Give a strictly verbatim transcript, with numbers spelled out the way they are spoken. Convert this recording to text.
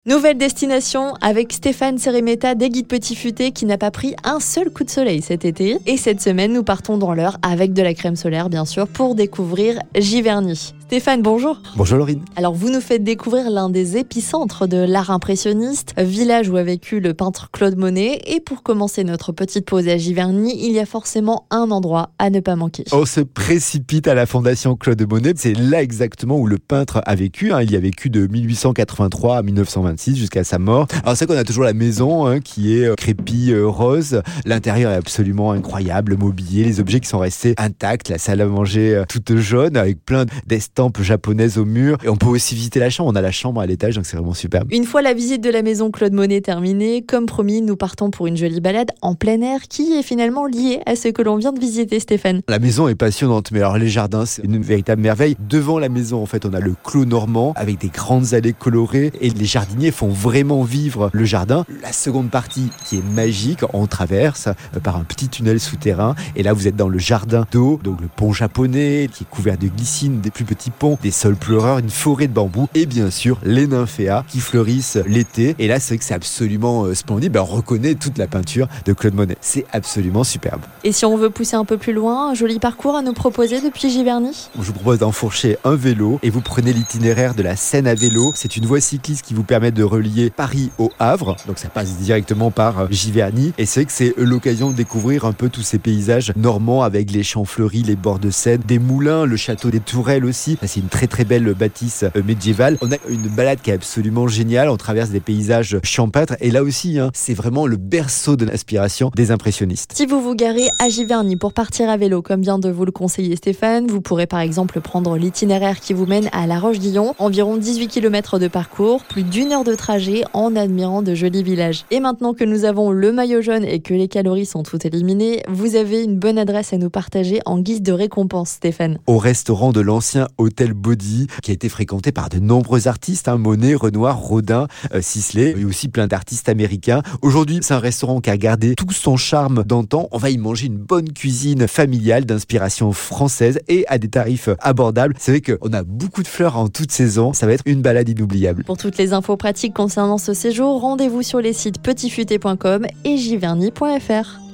Nouvelle destination avec Stéphane Seremeta des Guides Petit Futé qui n'a pas pris un seul coup de soleil cet été. Et cette semaine, nous partons dans l'Eure avec de la crème solaire, bien sûr, pour découvrir Giverny. Stéphane, bonjour. Bonjour Laurine. Alors, vous nous faites découvrir l'un des épicentres de l'art impressionniste, village où a vécu le peintre Claude Monet. Et pour commencer notre petite pause à Giverny, il y a forcément un endroit à ne pas manquer. On se précipite à la Fondation Claude Monet. C'est là exactement où le peintre a vécu. Hein. Il y a vécu de mille huit cent quatre-vingt-trois à mille neuf cent vingt-six jusqu'à sa mort. Alors c'est qu'on a toujours la maison hein, qui est euh, crépie euh, rose. L'intérieur est absolument incroyable, le mobilier, les objets qui sont restés intacts, la salle à manger euh, toute jaune avec plein d'estampes japonaises au mur. Et on peut aussi visiter la chambre. On a la chambre à l'étage, donc c'est vraiment superbe. Une fois la visite de la maison Claude Monet terminée, comme promis, nous partons pour une jolie balade en plein air qui est finalement liée à ce que l'on vient de visiter, Stéphane. La maison est passionnante, mais alors les jardins, c'est une véritable merveille. Devant la maison, en fait, on a le clos normand avec des grandes allées colorées et les jardiniers font vraiment vivre le jardin. La seconde partie qui est magique, on traverse par un petit tunnel souterrain et là vous êtes dans le jardin d'eau, donc le pont japonais qui est couvert de glycines, des plus petits ponts, des sols pleureurs, une forêt de bambous et bien sûr les nymphéas qui fleurissent l'été. Et là c'est vrai que c'est absolument splendide, ben, on reconnaît toute la peinture de Claude Monet. C'est absolument superbe. Et si on veut pousser un peu plus loin, un joli parcours à nous proposer depuis Giverny? Je vous propose d'enfourcher un vélo et vous prenez l'itinéraire de la Seine à vélo. C'est une voie cycliste qui vous permet de relier Paris au Havre, donc ça passe directement par Giverny et c'est que c'est l'occasion de découvrir un peu tous ces paysages normands avec les champs fleuris, les bords de Seine, des moulins, le château des Tourelles aussi. C'est une très très belle bâtisse médiévale. On a une balade qui est absolument géniale, on traverse des paysages champêtres et là aussi hein, c'est vraiment le berceau de l'inspiration des impressionnistes. Si vous vous garez à Giverny pour partir à vélo comme vient de vous le conseiller Stéphane, vous pourrez par exemple prendre l'itinéraire qui vous mène à La Roche-Guyon, environ dix-huit kilomètres de parcours, plus d'une heure de trajet en admirant de jolis villages. Et maintenant que nous avons le maillot jaune et que les calories sont toutes éliminées, vous avez une bonne adresse à nous partager en guise de récompense, Stéphane. Au restaurant de l'ancien hôtel Body, qui a été fréquenté par de nombreux artistes, hein, Monet, Renoir, Rodin, euh, Sisley, et aussi plein d'artistes américains. Aujourd'hui, c'est un restaurant qui a gardé tout son charme d'antan. On va y manger une bonne cuisine familiale d'inspiration française et à des tarifs abordables. C'est vrai qu'on a beaucoup de fleurs en toute saison. Ça va être une balade inoubliable. Pour toutes les infos pratiques concernant ce séjour, rendez-vous sur les sites petit futé point com et giverny point f r.